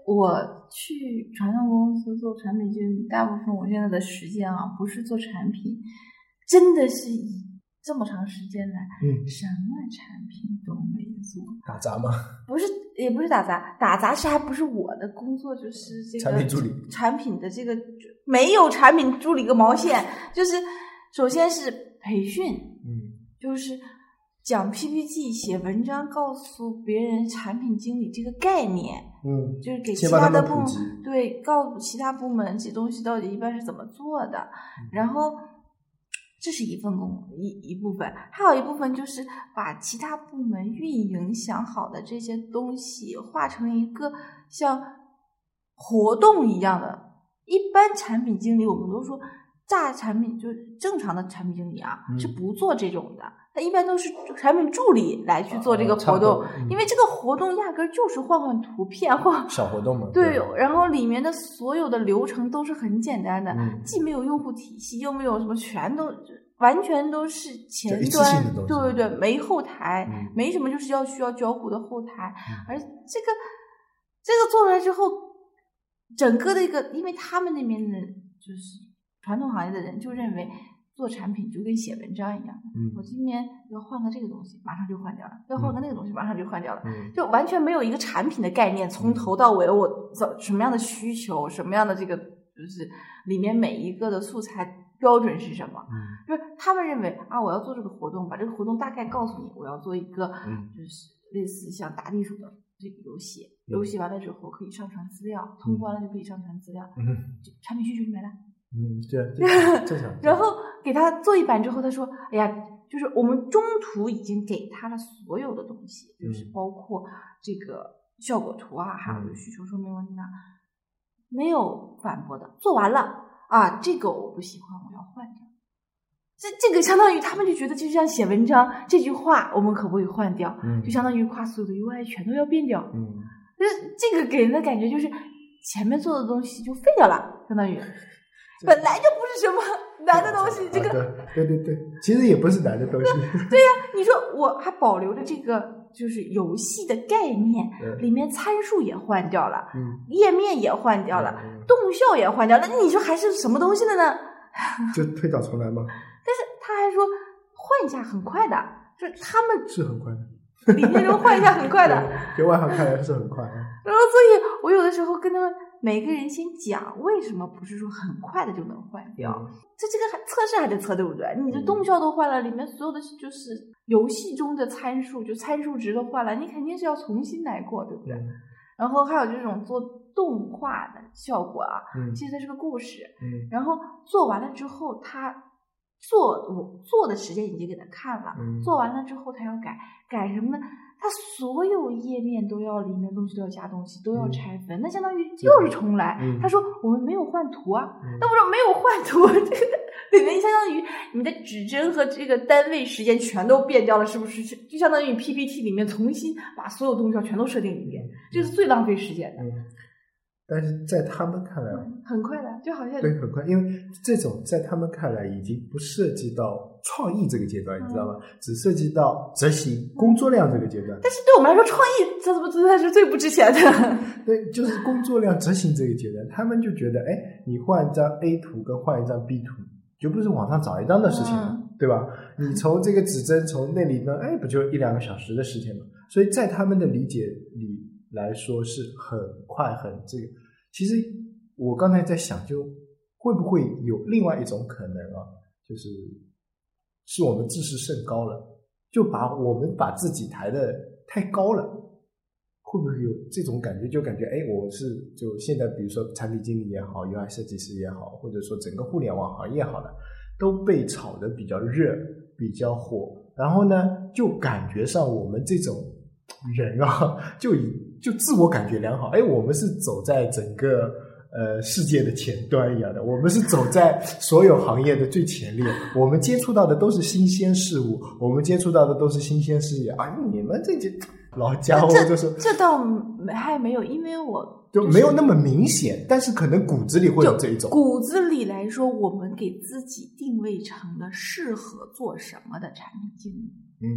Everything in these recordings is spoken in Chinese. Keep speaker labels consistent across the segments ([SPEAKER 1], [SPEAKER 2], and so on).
[SPEAKER 1] 我去传统公司做产品经理，大部分我现在的时间啊，不是做产品，真的是以这么长时间来，什么产品都没做。
[SPEAKER 2] 打杂吗？
[SPEAKER 1] 不是，也不是打杂，打杂是还不是我的工作，就是这个
[SPEAKER 2] 产品助理，
[SPEAKER 1] 产品的这个没有产品助理个毛线，就是首先是培训，就是讲 PPT 写文章，告诉别人产品经理这个概念，就是给其他的部门，对，告诉其他部门这东西到底一般是怎么做的，然后这是一部分，还有一部分就是把其他部门运营想好的这些东西化成一个像活动一样的。一般产品经理我们都说大产品，就是正常的产品经理啊，是不做这种的，他一般都是产品助理来去做这个活动，因为这个活动压根就是换换图片或
[SPEAKER 2] 小活动嘛。
[SPEAKER 1] 对，然后里面的所有的流程都是很简单的，既没有用户体系，又没有什么，完全都是前端，对，没后台，没什么就是需要交互的后台，而这个做出来之后，整个的一个，因为他们那边的就是传统行业的人就认为做产品就跟写文章一样，我今年要换个这个东西，马上就换掉了，要换个那个东西，马上就换掉了，就完全没有一个产品的概念，从头到尾我什么样的需求，什么样的这个就是里面每一个的素材标准是什么，就是他们认为啊，我要做这个活动，把这个活动大概告诉你，我要做一个就是类似像打地鼠的这个游戏，游戏完了之后可以上传资料，通关了就可以上传资料，产品需求就没了。
[SPEAKER 2] 对，
[SPEAKER 1] 然后给他做一版之后，他说：“哎呀，就是我们中途已经给他了所有的东西，就是包括这个效果图啊，还有需求说明文档，没有反驳的，做完了啊，这个我不喜欢，我要换掉。这个相当于他们就觉得，就像写文章这句话，我们可不可以换掉？就相当于把所有的 UI 全都要变掉。就是这个给人的感觉就是前面做的东西就废掉了，相当于。”本来就不是什么难的东西，这个
[SPEAKER 2] 对，其实也不是难的东西。
[SPEAKER 1] 对呀，你说我还保留着这个就是游戏的概念，里面参数也换掉了，页面也换掉了，动效也换掉了，你说还是什么东西了呢？
[SPEAKER 2] 就推倒重来吗？
[SPEAKER 1] 但是他还说换一下很快的，就是他们
[SPEAKER 2] 是很快的。
[SPEAKER 1] 里面就换一下很快的，
[SPEAKER 2] 就外行看来是很快。
[SPEAKER 1] 然后所以我有的时候跟他们每个人先讲为什么不是说很快的就能换掉，这个测试还得测，对不对？你的动效都换了，里面所有的就是游戏中的参数，就参数值都换了，你肯定是要重新来过，对不对？然后还有这种做动画的效果啊，其实它是个故事，然后做完了之后他我做的时间已经给他看了，做完了之后他要改什么呢？他所有页面都要里面东西都要加东西，都要拆分，那相当于又是重来。他说我们没有换图啊，那我说没有换图，这个里面相当于你的指针和这个单位时间全都变掉了，是不是？就相当于你 PPT 里面重新把所有动效全都设定一遍，这是最浪费时间的。
[SPEAKER 2] 但是在他们看来，
[SPEAKER 1] 很快的，就好像
[SPEAKER 2] 对，很快，因为这种在他们看来已经不涉及到创意这个阶段，你知道吗？只涉及到执行工作量这个阶段。
[SPEAKER 1] 但是对我们来说，创意这不才是最不值钱的。
[SPEAKER 2] 对，就是工作量执行这个阶段，他们就觉得，哎，你换一张 A 图跟换一张 B 图，就不是网上找一张的事情了，对吧？你从这个指针从那里呢，哎，不就1-2个小时的时间吗？所以在他们的理解里来说是很快很这个。其实我刚才在想，就会不会有另外一种可能啊，是我们自视甚高了，就我们把自己抬得太高了，会不会有这种感觉？就感觉哎，就现在比如说产品经理也好， UI 设计师也好，或者说整个互联网行业好了，都被炒得比较热比较火，然后呢就感觉上我们这种人啊就自我感觉良好，哎，我们是走在整个世界的前端一样的，我们是走在所有行业的最前列，我们接触到的都是新鲜事物，我们接触到的都是新鲜事业啊！你们这些老家伙就是
[SPEAKER 1] 这倒还没有，因为我
[SPEAKER 2] 就没有那么明显，但是可能骨子里会有这一种。
[SPEAKER 1] 骨子里来说，我们给自己定位成了适合做什么的产品经理。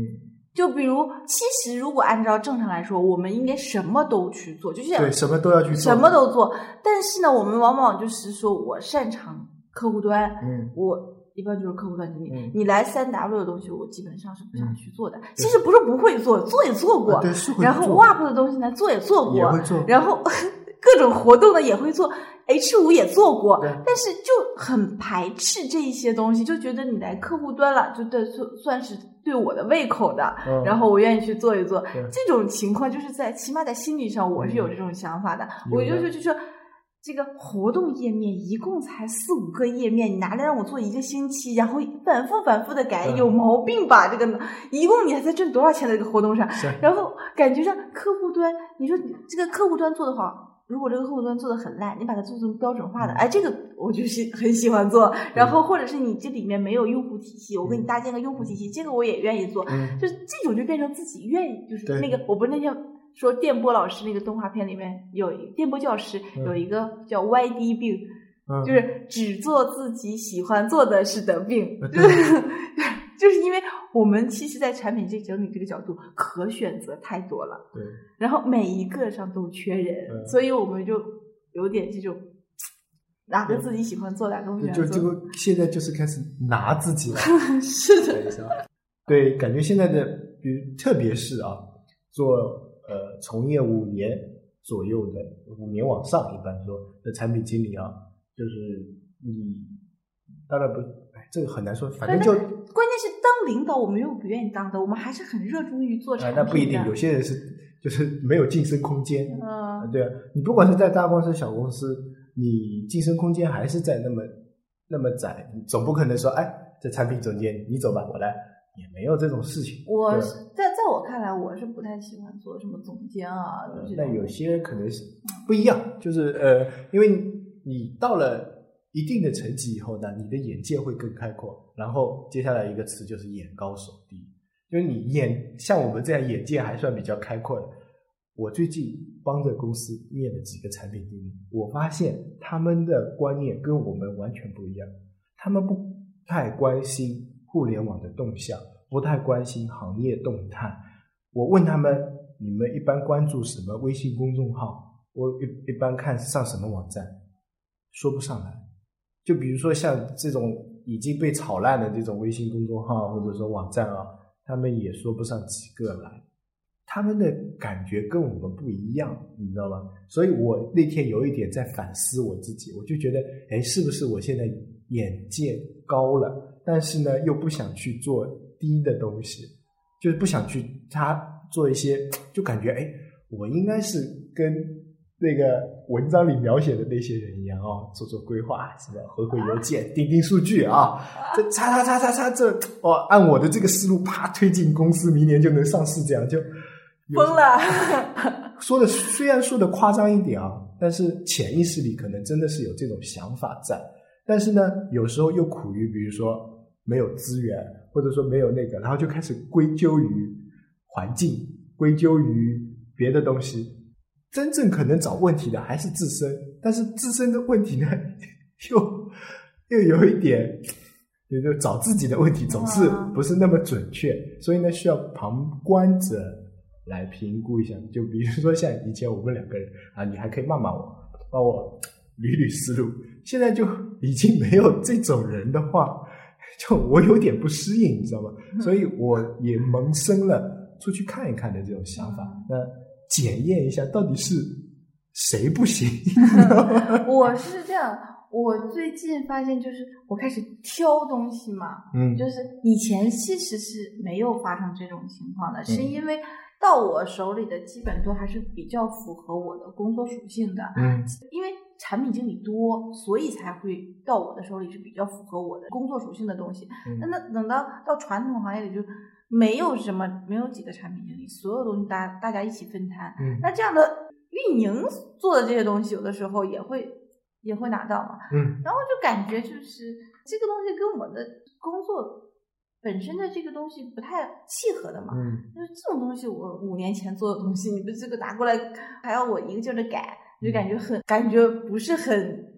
[SPEAKER 1] 就比如，其实如果按照正常来说，我们应该什么都去做，就是
[SPEAKER 2] 对，什么都要去做，
[SPEAKER 1] 什么都做。但是呢，我们往往就是说我擅长客户端，我一般就是客户端经理。你来3W 的东西，我基本上是不想去做的。其实不是不会做，做也做过。
[SPEAKER 2] 对，是会做。
[SPEAKER 1] 然后 WAP 的东西呢，做也做过，
[SPEAKER 2] 也会做。
[SPEAKER 1] 然后各种活动呢也会做。H5 也做过，但是就很排斥这一些东西，就觉得你来客户端了，就算是对我的胃口的，然后我愿意去做一做。这种情况就是起码在心理上我是有这种想法的。我就说这个活动页面一共才4-5个页面，你拿来让我做1个星期，然后反复的改，有毛病吧？这个一共你还在挣多少钱在这个活动上？然后感觉上客户端，你说这个客户端做得好。如果这个客户端做得很烂，你把它做成标准化的，这个我就是很喜欢做。然后或者是你这里面没有用户体系，我给你搭建个用户体系，这个我也愿意做。就是这种就变成自己愿意，就是那个我不是那天说电波老师那个动画片里面有电波教师有一个叫 YD 病，就是只做自己喜欢做的事的病。就是因为我们其实在产品整理这个角度可选择太多了，
[SPEAKER 2] 对，
[SPEAKER 1] 然后每一个上都缺人，所以我们就有点这种哪个自己喜欢做哪个不喜欢做，
[SPEAKER 2] 就现在就是开始拿自己了。
[SPEAKER 1] 是的，
[SPEAKER 2] 对，感觉现在的比如特别是做从业5年左右的5年往上一般说的产品经理就是你当然不这个很难说，反正就
[SPEAKER 1] 关键是当领导我们又不愿意当的，我们还是很热衷于做产品的。
[SPEAKER 2] 那不一定，有些人就是没有晋升空间。对啊，你不管是在大公司小公司，你晋升空间还是在那么窄，你总不可能说这产品总监你走吧我来，也没有这种事情。
[SPEAKER 1] 我在我看来我是不太喜欢做什么总监
[SPEAKER 2] 但有些可能是不一样，就是因为你到了一定的层级以后呢，你的眼界会更开阔，然后接下来一个词就是眼高手低，就是你像我们这样眼界还算比较开阔的。我最近帮着公司面了几个产品经理，我发现他们的观念跟我们完全不一样，他们不太关心互联网的动向，不太关心行业动态。我问他们你们一般关注什么微信公众号，我一般看上什么网站，说不上来。就比如说像这种已经被炒烂的这种微信公众号或者说网站他们也说不上几个来，他们的感觉跟我们不一样，你知道吗？所以我那天有一点在反思我自己，我就觉得是不是我现在眼界高了，但是呢又不想去做低的东西，就是不想去做一些，就感觉我应该是跟那个文章里描写的那些人一样做规划，什么回邮件、钉数据这叉这按我的这个思路啪推进公司，明年就能上市，这样就
[SPEAKER 1] 疯了。
[SPEAKER 2] 虽然说的夸张一点但是潜意识里可能真的是有这种想法在，但是呢有时候又苦于比如说没有资源，或者说没有那个，然后就开始归咎于环境，归咎于别的东西。真正可能找问题的还是自身，但是自身的问题呢又有一点，就找自己的问题总是不是那么准确，所以呢需要旁观者来评估一下。就比如说像以前我们2个人你还可以骂骂我，帮我捋思路，现在就已经没有这种人的话，就我有点不适应，你知道吗？所以我也萌生了出去看一看的这种想法。那检验一下到底是谁不行。
[SPEAKER 1] 我是这样，我最近发现就是我开始挑东西嘛，就是以前其实是没有发生这种情况的，是因为到我手里的基本都还是比较符合我的工作属性的，因为产品经理多，所以才会到我的手里是比较符合我的工作属性的东西。那等到传统行业里就没有几个产品经理，所有东西大家一起分摊。那这样的运营做的这些东西，有的时候也会拿到嘛。然后就感觉就是这个东西跟我的工作本身的这个东西不太契合的嘛。就是这种东西我5年前做的东西，你不这个拿过来还要我一个劲儿的改，就感觉不是很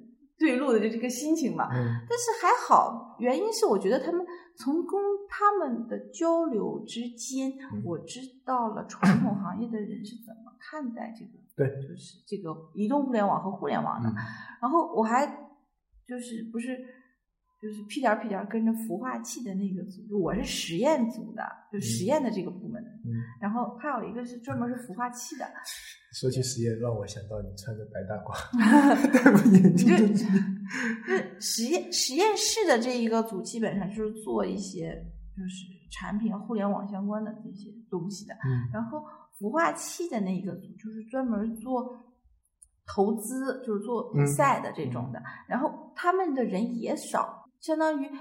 [SPEAKER 1] 对路的这个心情嘛。但是还好，原因是我觉得他们的交流之间，我知道了传统行业的人是怎么看待这个，
[SPEAKER 2] 对，
[SPEAKER 1] 就是这个移动互联网和互联网的。然后我还就是屁颠屁颠跟着孵化器的那个组，我是实验组的，就实验的这个部门的。然后还有一个是专门是孵化器的。
[SPEAKER 2] 说起实验，让我想到你穿着白大褂戴个眼镜
[SPEAKER 1] 就实验室的这一个组基本上就是做一些就是产品互联网相关的这些东西的。然后孵化器的那个组就是专门做投资，就是做比赛的这种的。然后他们的人也少，相当于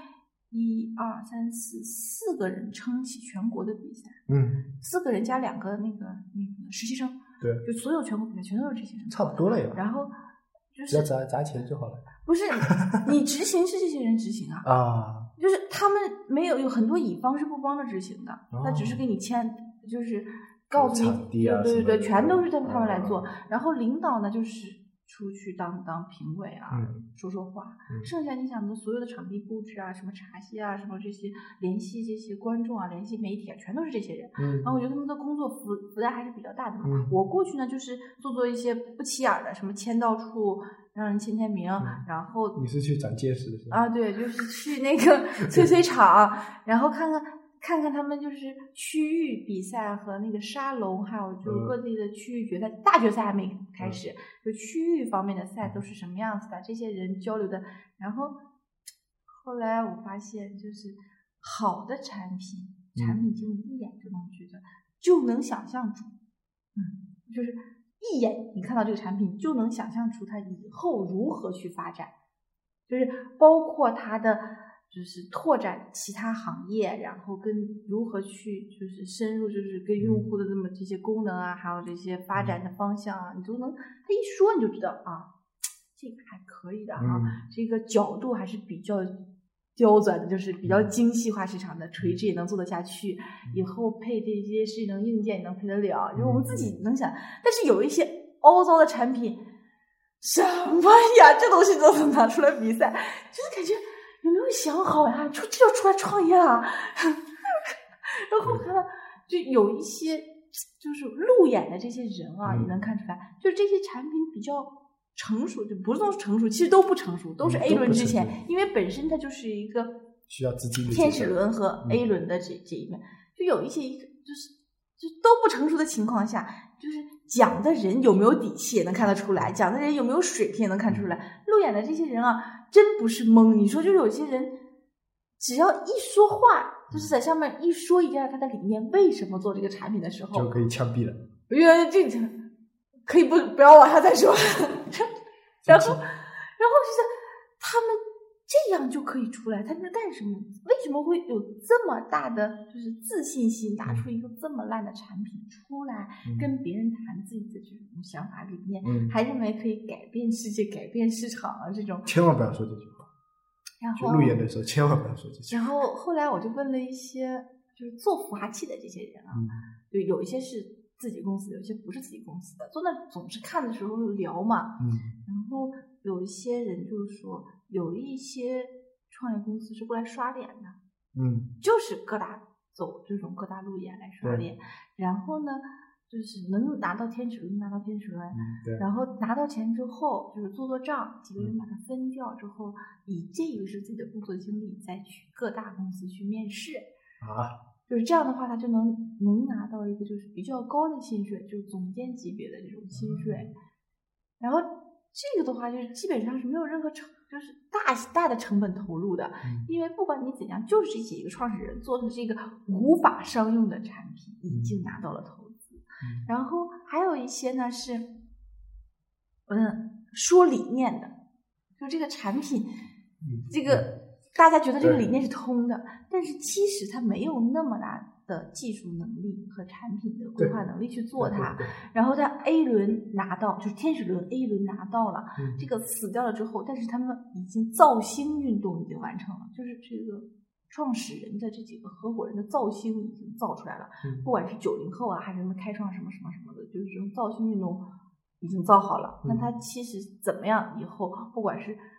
[SPEAKER 1] 1、2、3、4， 4个人撑起全国的比赛。4个人加2个那个实习生。
[SPEAKER 2] 对，
[SPEAKER 1] 就所有全国比赛全都是这些人，
[SPEAKER 2] 差不多了呀。
[SPEAKER 1] 然后就是
[SPEAKER 2] 只要砸钱就好了。
[SPEAKER 1] 不是，你执行是这些人执行啊。就是他们有很多乙方是不帮着执行的，他只是给你签，就是告诉你，对，全都是他们来做。然后领导呢，就是出去当评委啊，说说话。剩下你想的所有的场地布置啊，什么茶歇啊，什么这些联系这些观众啊，联系媒体啊，全都是这些人。然后我觉得他们的工作负担还是比较大的嘛。我过去呢，就是做一些不起眼的，什么签到处让人签名，然后
[SPEAKER 2] 你是去长见识的是吧？
[SPEAKER 1] 啊，对，就是去那个催场，然后看看他们就是区域比赛和那个沙龙，还有就是各地的区域决赛，大决赛还没开始，就区域方面的赛都是什么样子的，这些人交流的。然后后来我发现，就是好的产品经理一眼就能觉得，就能想象出，就是一眼你看到这个产品就能想象出它以后如何去发展，就是包括它的就是拓展其他行业，然后跟如何去就是深入，就是跟用户的这么这些功能啊，还有这些发展的方向啊，你都能，他一说你就知道啊，这个还可以的哈，这个角度还是比较刁钻的，就是比较精细化市场的，垂直也能做得下去，以后配这些智能硬件也能配得了，就是我们自己能想。但是有一些凹糟的产品，什么呀，这东西都能拿出来比赛，就是感觉有没有想好呀？这就出来创业了。然后看到就有一些就是路演的这些人啊，也能看出来，就是这些产品比较成熟，就不是说成熟，其实都不成熟，都是 A 轮之前，因为本身它就是一个
[SPEAKER 2] 需要资金的
[SPEAKER 1] 天使轮和 A 轮的这一面，就有一些就都不成熟的情况下，就是讲的人有没有底气也能看得出来，讲的人有没有水平也能看出来。路演的这些人啊，真不是懵。你说就有些人只要一说话，就是在上面一说一下他的理念，为什么做这个产品的时候，
[SPEAKER 2] 就可以枪毙了。
[SPEAKER 1] 这可以不要往下再说。然后就是他们这样就可以出来，他们是干什么？为什么会有这么大的就是自信心，拿出一个这么烂的产品出来，跟别人谈自己的这种想法理念，还认为可以改变世界、改变市场啊？这种
[SPEAKER 2] 千万不要说这句话。
[SPEAKER 1] 然后
[SPEAKER 2] 路演的时候千万不要说这句话。
[SPEAKER 1] 然后后来我就问了一些就是做孵化器的这些人啊，就有一些是自己公司，有一些不是自己公司的，坐那总是看的时候聊嘛，然后有一些人就是说，有一些创业公司是过来刷脸的，就是各大走这种各大路演来刷脸，然后呢，就是能拿到天使轮，然后拿到钱之后，就是做账，几个人把它分掉之后，以这个是自己的工作经历，再去各大公司去面试就是这样的话，他就能拿到一个就是比较高的薪水，就是总监级别的这种薪水。然后这个的话，就是基本上是没有任何就是大的成本投入的，因为不管你怎样，就是这几个创始人做的这个无法商用的产品已经拿到了投资。然后还有一些呢是说理念的，就这个产品这个。大家觉得这个理念是通的，但是其实他没有那么大的技术能力和产品的规划能力去做它。然后他 A 轮拿到，就是天使轮 A 轮拿到了，这个死掉了之后，但是他们已经造星运动已经完成了，就是这个创始人的这几个合伙人的造星已经造出来了，不管是90后啊，还是什么开创什么什么什么的，就是这种造星运动已经造好了。那他其实怎么样以后，不管是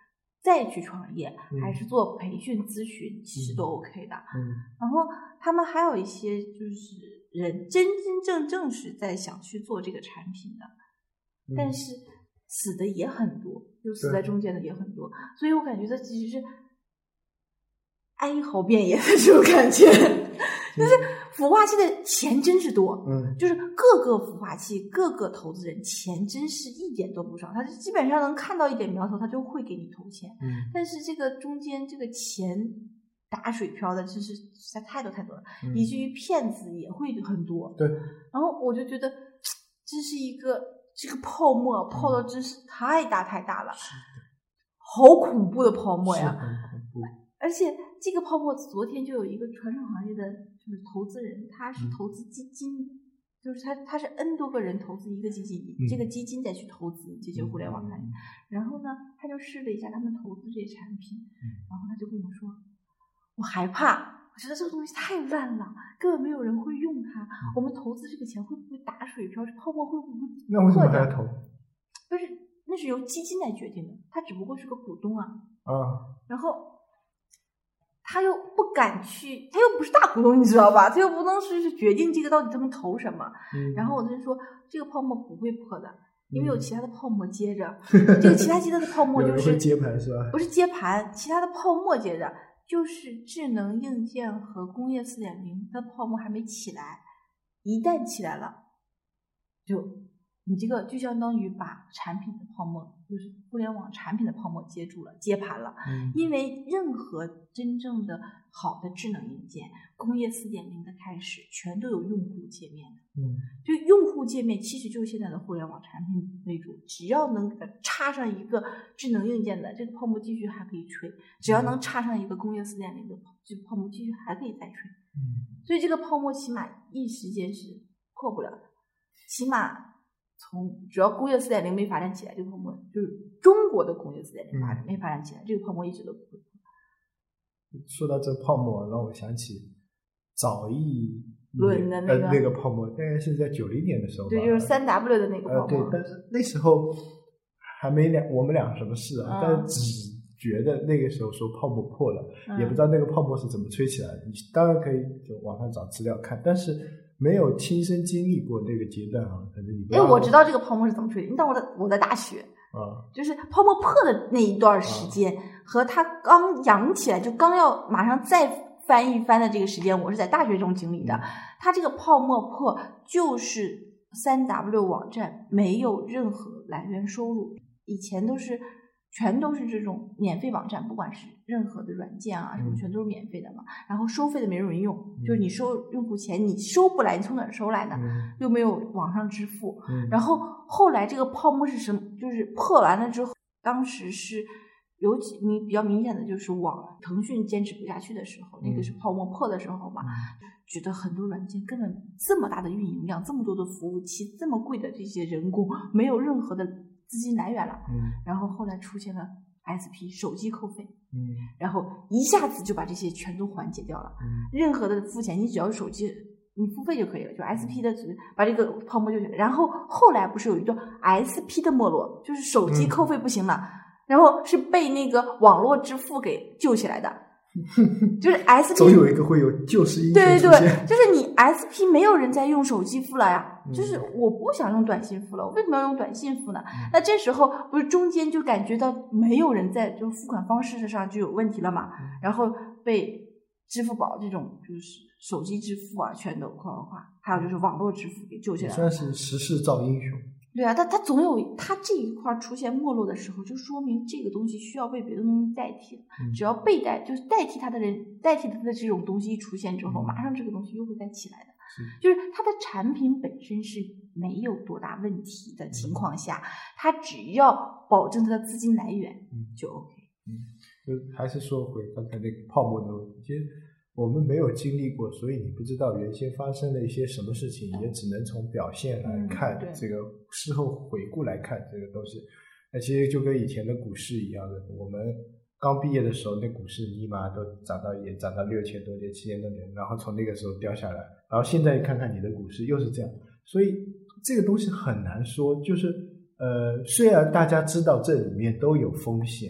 [SPEAKER 1] 再去创业，还是做培训咨询，其实都 OK 的。然后他们还有一些就是人真正是在想去做这个产品的，但是死的也很多，就死在中间的也很多，所以我感觉这其实是哀嚎遍野的这种感觉。就是孵化器的钱真是多，就是各个孵化器各个投资人钱真是一点都不少，他基本上能看到一点苗头他就会给你投钱，但是这个中间这个钱打水漂的真是实在太多了，以至于骗子也会很多。
[SPEAKER 2] 对，
[SPEAKER 1] 然后我就觉得这是一个这个泡沫泡的真是太大了，好恐怖的泡沫呀，
[SPEAKER 2] 很恐怖。
[SPEAKER 1] 而且这个泡沫昨天就有一个传统行业的就是投资人，他是投资基金，就是他是 N 多个人投资一个基金，这个基金再去投资这些互联网产品，然后呢他就试了一下他们投资这些产品，然后他就跟我说我害怕，我觉得这个东西太烂了，根本没有人会用它，我们投资这个钱会不会打水漂，这泡沫会不会
[SPEAKER 2] 那为什么还要投？
[SPEAKER 1] 不是，那是由基金来决定的，他只不过是个股东啊。然后他又不敢去，他又不是大股东，你知道吧？他又不能是决定这个到底他们投什么。然后我就说这个泡沫不会破的，因为有其他的泡沫接着。这个其他的泡沫就是
[SPEAKER 2] 接盘是吧？
[SPEAKER 1] 不是接盘，其他的泡沫接着就是智能硬件和工业4.0，它的泡沫还没起来，一旦起来了，你这个就相当于把产品的泡沫，就是互联网产品的泡沫接住了，接盘了。因为任何真正的好的智能硬件，工业4.0的开始，全都有用户界面的。就用户界面其实就是现在的互联网产品为主，只要能给它插上一个智能硬件的，这个泡沫继续还可以吹；只要能插上一个工业4.0的，这个泡沫继续还可以再吹。所以这个泡沫起码一时间是破不了的，起码。只要工业4.0没发展起来，这个泡沫就是中国的工业4.0没发展起来，这个泡沫一直都不会。
[SPEAKER 2] 说到这个泡沫，让我想起早一
[SPEAKER 1] 轮的
[SPEAKER 2] 那个泡沫，大概是在90年的时候吧。
[SPEAKER 1] 对，就是3W 的那个泡沫。
[SPEAKER 2] 对，但是那时候还没我们俩什么事啊，但是只觉得那个时候说泡沫破了，也不知道那个泡沫是怎么吹起来的。你当然可以就网上找资料看，但是没有亲身经历过那个阶段啊，反正你不。
[SPEAKER 1] 我知道这个泡沫是怎么吹的。你知道我在大学就是泡沫破的那一段时间和它刚扬起来就刚要马上再翻一番的这个时间，我是在大学中经历的。它这个泡沫破就是3W 网站没有任何来源收入，以前全都是这种免费网站，不管是任何的软件啊什么，全都是免费的嘛。然后收费的没人用，就是你收用户钱你收不来，你从哪儿收来呢？又没有网上支付。然后后来这个泡沫是什么？就是破完了之后，当时是尤其比较明显的就是腾讯坚持不下去的时候，那个是泡沫破的时候嘛。觉得很多软件根本这么大的运营量，这么多的服务器，这么贵的这些人工，没有任何的资金来源了。然后后来出现了 SP 手机扣费，然后一下子就把这些全都缓解掉了。任何的付钱，你只要手机你付费就可以了，就 SP 的把这个泡沫就。然后后来不是有一段 SP 的没落，就是手机扣费不行了，然后是被那个网络支付给救起来的。就是 SP
[SPEAKER 2] 总有一个会有救世英雄
[SPEAKER 1] 出现。对，就是你 SP 没有人在用手机付了呀，就是我不想用短信付了，我为什么要用短信付呢？那这时候不是中间就感觉到没有人在，就付款方式上就有问题了嘛，然后被支付宝这种就是手机支付啊全都化，还有就是网络支付给救起来了。
[SPEAKER 2] 算是时势造英雄。
[SPEAKER 1] 对啊，他总有他这一块出现没落的时候，就说明这个东西需要被别的东西代替了。只要就是代替他的人，代替他的这种东西一出现之后，马上这个东西又会再起来的。就是它的产品本身是没有多大问题的情况下，它只要保证它的资金来源就 OK。
[SPEAKER 2] 就还是说回刚才那个泡沫的问题，其实我们没有经历过，所以你不知道原先发生了一些什么事情，也只能从表现来看，这个事后回顾来看这个东西。那其实就跟以前的股市一样的，我们刚毕业的时候，那股市立马都涨到6000多点、7000多点，然后从那个时候掉下来，然后现在看看你的股市又是这样，所以这个东西很难说。就是虽然大家知道这里面都有风险，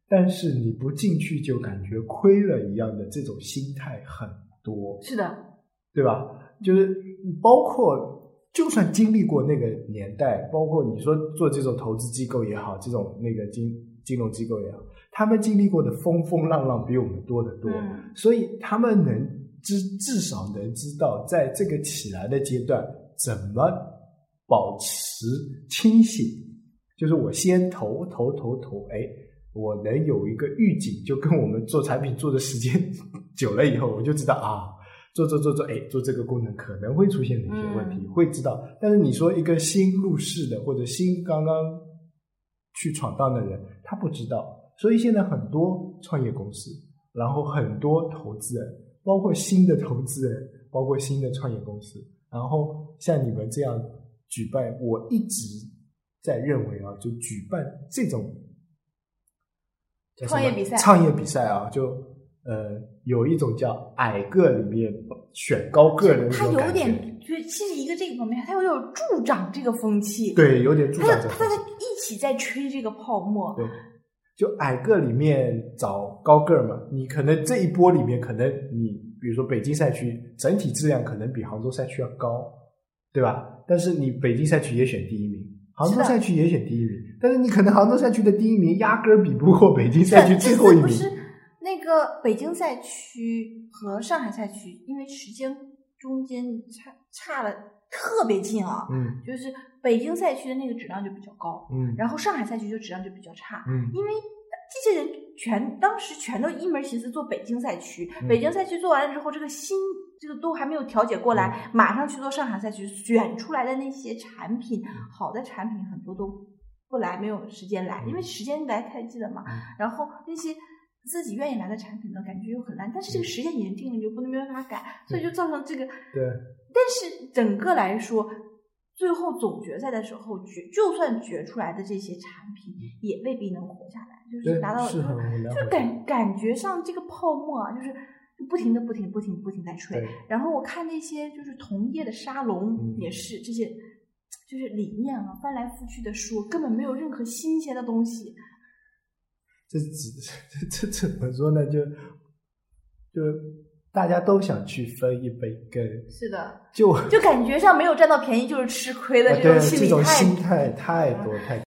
[SPEAKER 2] 但是你不进去就感觉亏了一样的这种心态很多。
[SPEAKER 1] 是的，
[SPEAKER 2] 对吧？就是包括就算经历过那个年代，包括你说做这种投资机构也好，这种那个金融机构也好，他们经历过的风风浪浪比我们多得多，所以他们至少能知道在这个起来的阶段怎么保持清醒，就是我先投，我能有一个预警，就跟我们做产品做的时间久了以后，我就知道啊，做这个功能可能会出现哪些问题，会知道。但是你说一个新入市的或者新刚刚去闯荡的人，他不知道。所以现在很多创业公司，然后很多投资人，包括新的投资人，包括新的创业公司，然后像你们这样举办，我一直在认为啊，就举办这种
[SPEAKER 1] 创
[SPEAKER 2] 业比赛啊，就有一种叫矮个里面选高个的那种感觉，
[SPEAKER 1] 它有点，就是其实一个这个方面，它有点助长这个风气，
[SPEAKER 2] 对，有点助长这个风气，
[SPEAKER 1] 它一起在吹这个泡沫，
[SPEAKER 2] 对，就矮个里面找高个嘛，你可能这一波里面，可能你比如说北京赛区整体质量可能比杭州赛区要高，对吧？但是你北京赛区也选第一名，杭州赛区也选第一名，但是你可能杭州赛区的第一名压根儿比不过北京赛区最后一名。
[SPEAKER 1] 不是那个北京赛区和上海赛区，因为时间中间差了特别近啊，就是北京赛区的那个质量就比较高，然后上海赛区就质量就比较差，因为这些人当时全都一门心思做北京赛区，北京赛区做完了之后，这个都还没有调节过来，马上去做上海赛区，选出来的那些产品，好的产品很多都不来，没有时间来，因为时间来太近了嘛。然后那些自己愿意来的产品呢，感觉又很烂，但是这个时间已经定了，你就不能没办法改，所以就造成这个。
[SPEAKER 2] 对。
[SPEAKER 1] 但是整个来说，最后总决赛的时候，就算决出来的这些产品，也未必能活下来，就是达到，就感觉上这个泡沫啊，就是不停在吹。然后我看那些就是同业的沙龙也是这些，就是理念啊翻来覆去的说，根本没有任何新鲜的东西。
[SPEAKER 2] 这怎么说呢？就大家都想去分一杯羹，
[SPEAKER 1] 是的，
[SPEAKER 2] 就
[SPEAKER 1] 感觉上没有占到便宜就是吃亏的这种心理
[SPEAKER 2] 这种心态太多。